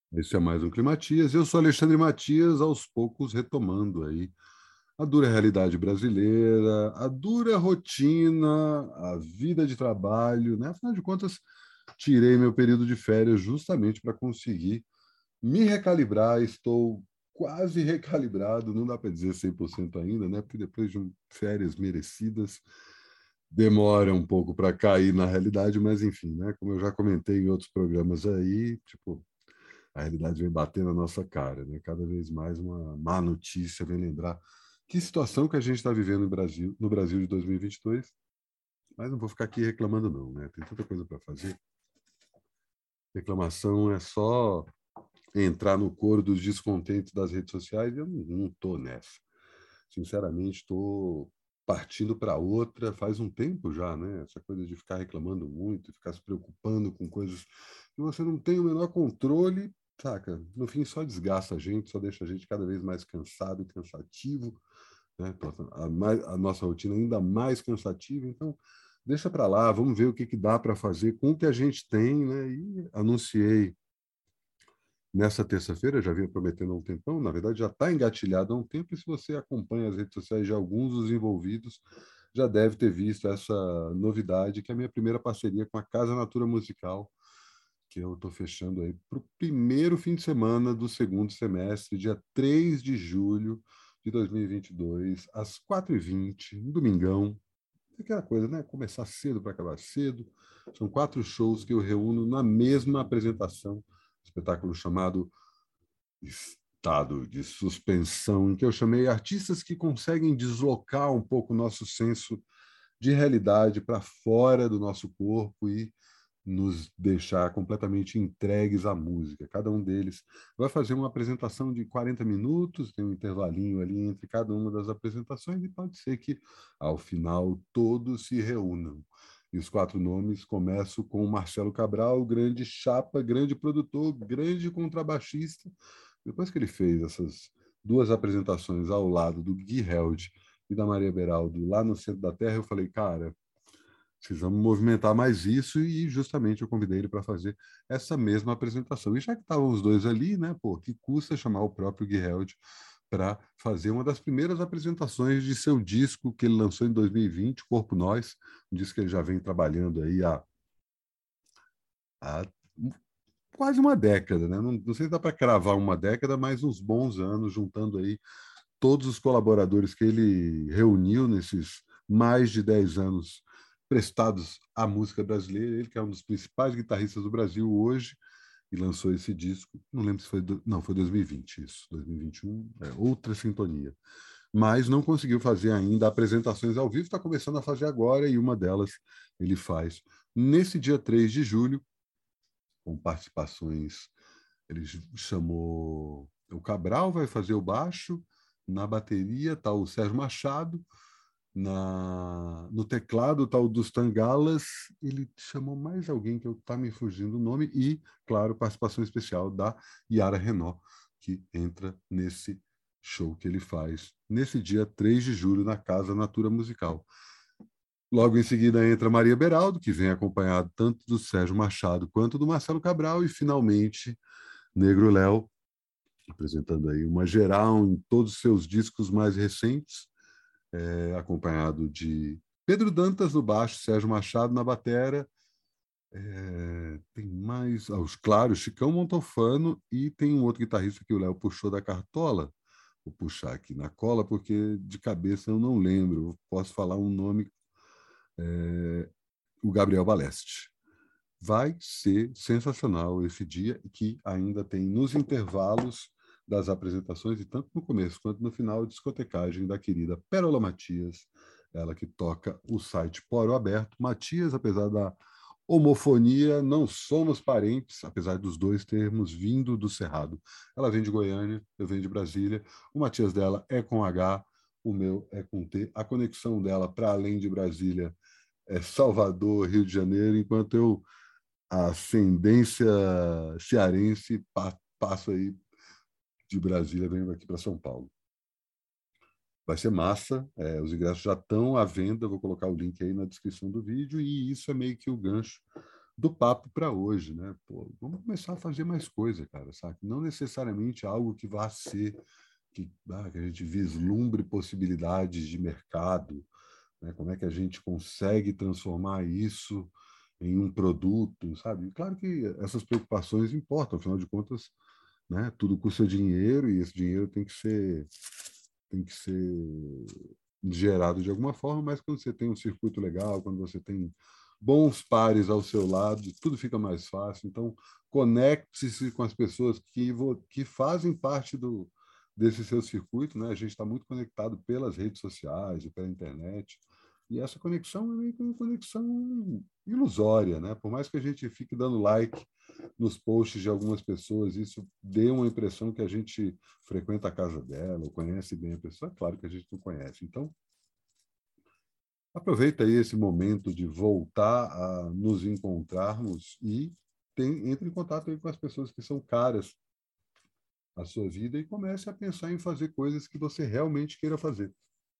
Esse é mais um Climatias. Eu sou Alexandre Matias, aos poucos retomando aí a dura realidade brasileira, a dura rotina, a vida de trabalho, né? Afinal de contas, tirei meu período de férias justamente para conseguir me recalibrar. Estou quase recalibrado, não dá para dizer 100% ainda, né? Porque depois de férias merecidas, demora um pouco para cair na realidade, mas enfim, né? Como eu já comentei em outros programas aí, tipo, a realidade vem bater na nossa cara, né? Cada vez mais uma má notícia vem lembrar que situação que a gente está vivendo no Brasil de 2022, mas não vou ficar aqui reclamando não, né? Tem tanta coisa para fazer. Reclamação é só entrar no coro dos descontentes das redes sociais e eu não tô nessa. Sinceramente, estou partindo para outra faz um tempo já, né? Essa coisa de ficar reclamando muito, ficar se preocupando com coisas que você não tem o menor controle, saca? No fim, só desgasta a gente, só deixa a gente cada vez mais cansado e cansativo, né? A nossa rotina ainda mais cansativa. Então, deixa para lá, vamos ver o que dá para fazer com o que a gente tem, né? E anunciei nessa terça-feira, já vinha prometendo há um tempão, na verdade já está engatilhado há um tempo, e se você acompanha as redes sociais de alguns dos envolvidos, já deve ter visto essa novidade, que é a minha primeira parceria com a Casa Natura Musical, que eu estou fechando aí para o primeiro fim de semana do segundo semestre, dia 3 de julho de 2022, às 4h20, um domingão. Aquela coisa, né? Começar cedo para acabar cedo. São 4 shows que eu reúno na mesma apresentação, espetáculo chamado Estado de Suspensão, em que eu chamei artistas que conseguem deslocar um pouco o nosso senso de realidade para fora do nosso corpo e nos deixar completamente entregues à música. Cada um deles vai fazer uma apresentação de 40 minutos, tem um intervalinho ali entre cada uma das apresentações, e pode ser que, ao final, todos se reúnam. E os 4 nomes começam com o Marcelo Cabral, grande chapa, grande produtor, grande contrabaixista. Depois que ele fez essas 2 apresentações ao lado do Gui Held e da Maria Beraldo lá no centro da Terra, eu falei, cara, precisamos movimentar mais isso, e justamente eu convidei ele para fazer essa mesma apresentação. E já que estavam os dois ali, né, pô, que custa chamar o próprio Gui Held para fazer uma das primeiras apresentações de seu disco que ele lançou em 2020, Corpo Nós, um disco que ele já vem trabalhando aí há quase uma década, né? Não sei se dá para cravar uma década, mas uns bons anos, juntando aí todos os colaboradores que ele reuniu nesses mais de 10 anos prestados à música brasileira. Ele que é um dos principais guitarristas do Brasil hoje e lançou esse disco. Não lembro se foi não, foi 2020 isso, 2021, é outra sintonia. Mas não conseguiu fazer ainda apresentações ao vivo, está começando a fazer agora, e uma delas ele faz nesse dia 3 de julho, com participações. Ele chamou o Cabral, vai fazer o baixo, na bateria está o Sérgio Machado, no teclado está o Dustan Galas, ele chamou mais alguém que eu tá me fugindo o nome, e, claro, participação especial da Yara Renault, que entra nesse show que ele faz nesse dia 3 de julho na Casa Natura Musical. Logo em seguida entra Maria Beraldo, que vem acompanhado tanto do Sérgio Machado quanto do Marcelo Cabral, e finalmente Negro Léo, apresentando aí uma geral em todos os seus discos mais recentes, acompanhado de Pedro Dantas no baixo, Sérgio Machado na batera, tem mais, claro, Chicão Montofano, e tem um outro guitarrista que o Léo puxou da cartola. Vou puxar aqui na cola, porque de cabeça eu não lembro. Eu posso falar um nome, o Gabriel Baleste. Vai ser sensacional esse dia, que ainda tem nos intervalos das apresentações, e tanto no começo quanto no final, a discotecagem da querida Pérola Matias, ela que toca o site Poro Aberto. Matias, apesar da homofonia, não somos parentes, apesar dos dois termos vindo do Cerrado. Ela vem de Goiânia, eu venho de Brasília. O Matias dela é com H, o meu é com T. A conexão dela para além de Brasília é Salvador, Rio de Janeiro, enquanto eu, a ascendência cearense, passo aí de Brasília, venho aqui para São Paulo. Vai ser massa, os ingressos já estão à venda, vou colocar o link aí na descrição do vídeo, e isso é meio que o gancho do papo para hoje, né? Pô, vamos começar a fazer mais coisa, cara, sabe? Não necessariamente algo que vá ser que a gente vislumbre possibilidades de mercado, né? Como é que a gente consegue transformar isso em um produto, sabe? Claro que essas preocupações importam, afinal de contas, né? Tudo custa dinheiro e esse dinheiro tem que ser gerado de alguma forma, mas quando você tem um circuito legal, quando você tem bons pares ao seu lado, tudo fica mais fácil. Então, conecte-se com as pessoas que fazem parte desse seu circuito, né? A gente está muito conectado pelas redes sociais e pela internet. E essa conexão é meio que uma conexão ilusória, né? Por mais que a gente fique dando like nos posts de algumas pessoas, isso dê uma impressão que a gente frequenta a casa dela, ou conhece bem a pessoa. É claro que a gente não conhece. Então, aproveita aí esse momento de voltar a nos encontrarmos e entre em contato aí com as pessoas que são caras à sua vida e comece a pensar em fazer coisas que você realmente queira fazer.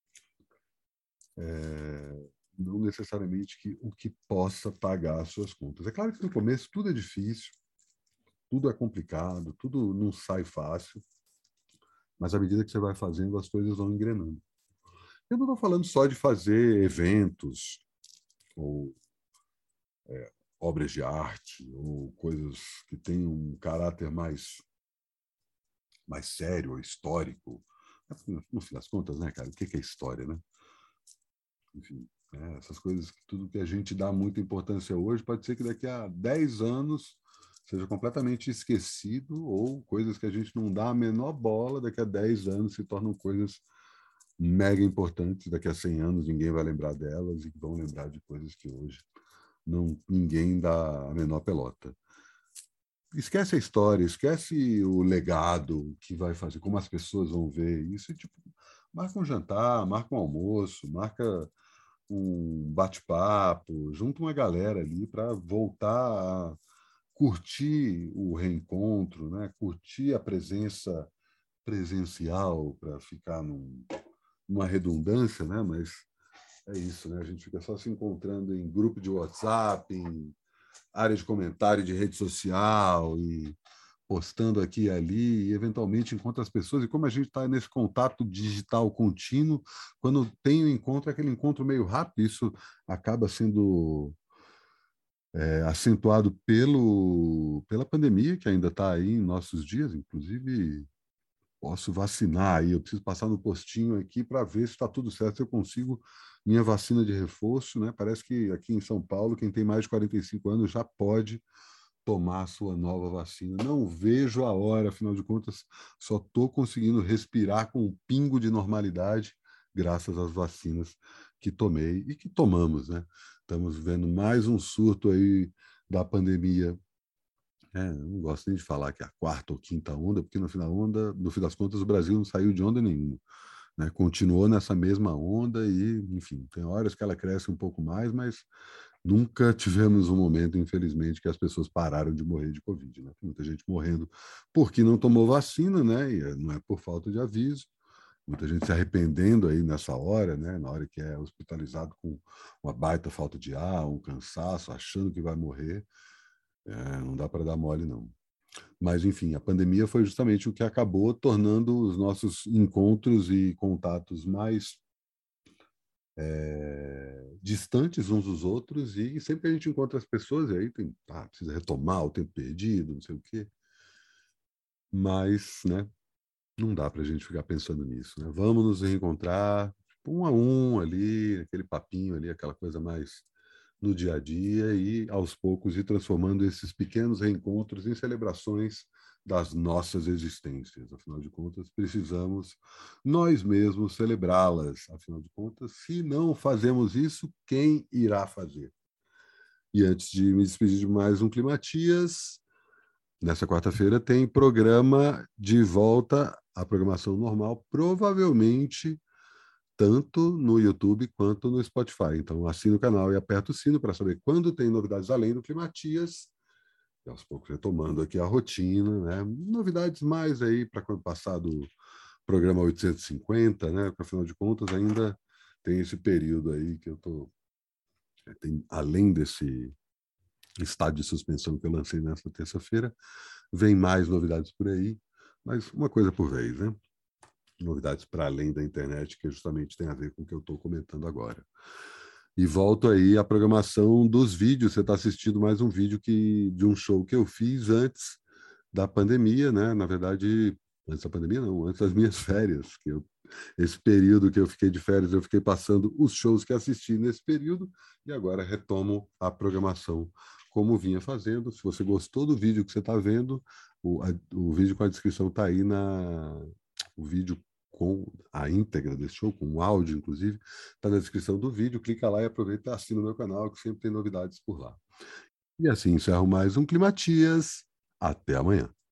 Não necessariamente o que possa pagar as suas contas. É claro que no começo tudo é difícil, tudo é complicado, tudo não sai fácil, mas à medida que você vai fazendo, as coisas vão engrenando. Eu não estou falando só de fazer eventos ou obras de arte ou coisas que tenham um caráter mais sério ou histórico. No fim das contas, né, cara? O que é história, né? Enfim, essas coisas, tudo que a gente dá muita importância hoje, pode ser que daqui a 10 anos seja completamente esquecido ou coisas que a gente não dá a menor bola, daqui a 10 anos se tornam coisas mega importantes, daqui a 100 anos ninguém vai lembrar delas e vão lembrar de coisas que hoje ninguém dá a menor pelota. Esquece a história, esquece o legado que vai fazer, como as pessoas vão ver isso. E, tipo, marca um jantar, marca um almoço, marca um bate-papo, junta uma galera ali para voltar a curtir o reencontro, né? Curtir a presença presencial, para ficar numa redundância, né? Mas é isso, né? A gente fica só se encontrando em grupo de WhatsApp, em área de comentário de rede social e postando aqui e ali, e eventualmente encontra as pessoas. E como a gente está nesse contato digital contínuo, quando tem o encontro, é aquele encontro meio rápido, isso acaba sendo acentuado pela pandemia, que ainda está aí em nossos dias, inclusive. Posso vacinar aí, eu preciso passar no postinho aqui para ver se está tudo certo, se eu consigo minha vacina de reforço, né? Parece que aqui em São Paulo, quem tem mais de 45 anos já pode tomar a sua nova vacina. Não vejo a hora, afinal de contas, só estou conseguindo respirar com um pingo de normalidade graças às vacinas que tomei e que tomamos, né? Estamos vendo mais um surto aí da pandemia. Não gosto nem de falar que é a quarta ou quinta onda, porque no fim das contas, o Brasil não saiu de onda nenhuma, né? Continuou nessa mesma onda e, enfim, tem horas que ela cresce um pouco mais, mas nunca tivemos um momento, infelizmente, que as pessoas pararam de morrer de Covid, né? Tem muita gente morrendo porque não tomou vacina, né? E não é por falta de aviso. Muita gente se arrependendo aí nessa hora, né? Na hora que é hospitalizado com uma baita falta de ar, um cansaço, achando que vai morrer. Não dá para dar mole, não. Mas, enfim, a pandemia foi justamente o que acabou tornando os nossos encontros e contatos mais distantes uns dos outros, e sempre que a gente encontra as pessoas, e aí precisa retomar o tempo perdido, não sei o quê, mas, né, não dá para a gente ficar pensando nisso, né? Vamos nos reencontrar, tipo, um a um ali, aquele papinho ali, aquela coisa mais no dia a dia e, aos poucos, ir transformando esses pequenos reencontros em celebrações das nossas existências. Afinal de contas, precisamos nós mesmos celebrá-las. Afinal de contas, se não fazemos isso, quem irá fazer? E antes de me despedir de mais um Climatias, nessa quarta-feira tem programa de volta à programação normal, provavelmente tanto no YouTube quanto no Spotify. Então, assina o canal e aperta o sino para saber quando tem novidades além do Climatias. E aos poucos retomando aqui a rotina, né? Novidades mais aí para quando passar do programa 850, né? Porque, afinal de contas, ainda tem esse período aí que eu tô além estado de suspensão que eu lancei nessa terça-feira. Vem mais novidades por aí, mas uma coisa por vez, né? Novidades para além da internet, que justamente tem a ver com o que eu estou comentando agora. E volto aí à programação dos vídeos. Você está assistindo mais um vídeo de um show que eu fiz antes da pandemia, né? Na verdade, antes da pandemia não, antes das minhas férias, esse período que eu fiquei de férias, eu fiquei passando os shows que assisti nesse período e agora retomo a programação como vinha fazendo. Se você gostou do vídeo que você está vendo, o vídeo com a descrição está aí o vídeo com a íntegra desse show, com o áudio, inclusive, está na descrição do vídeo. Clica lá e aproveita e assina o meu canal, que sempre tem novidades por lá. E assim encerro mais um Climatias. Até amanhã.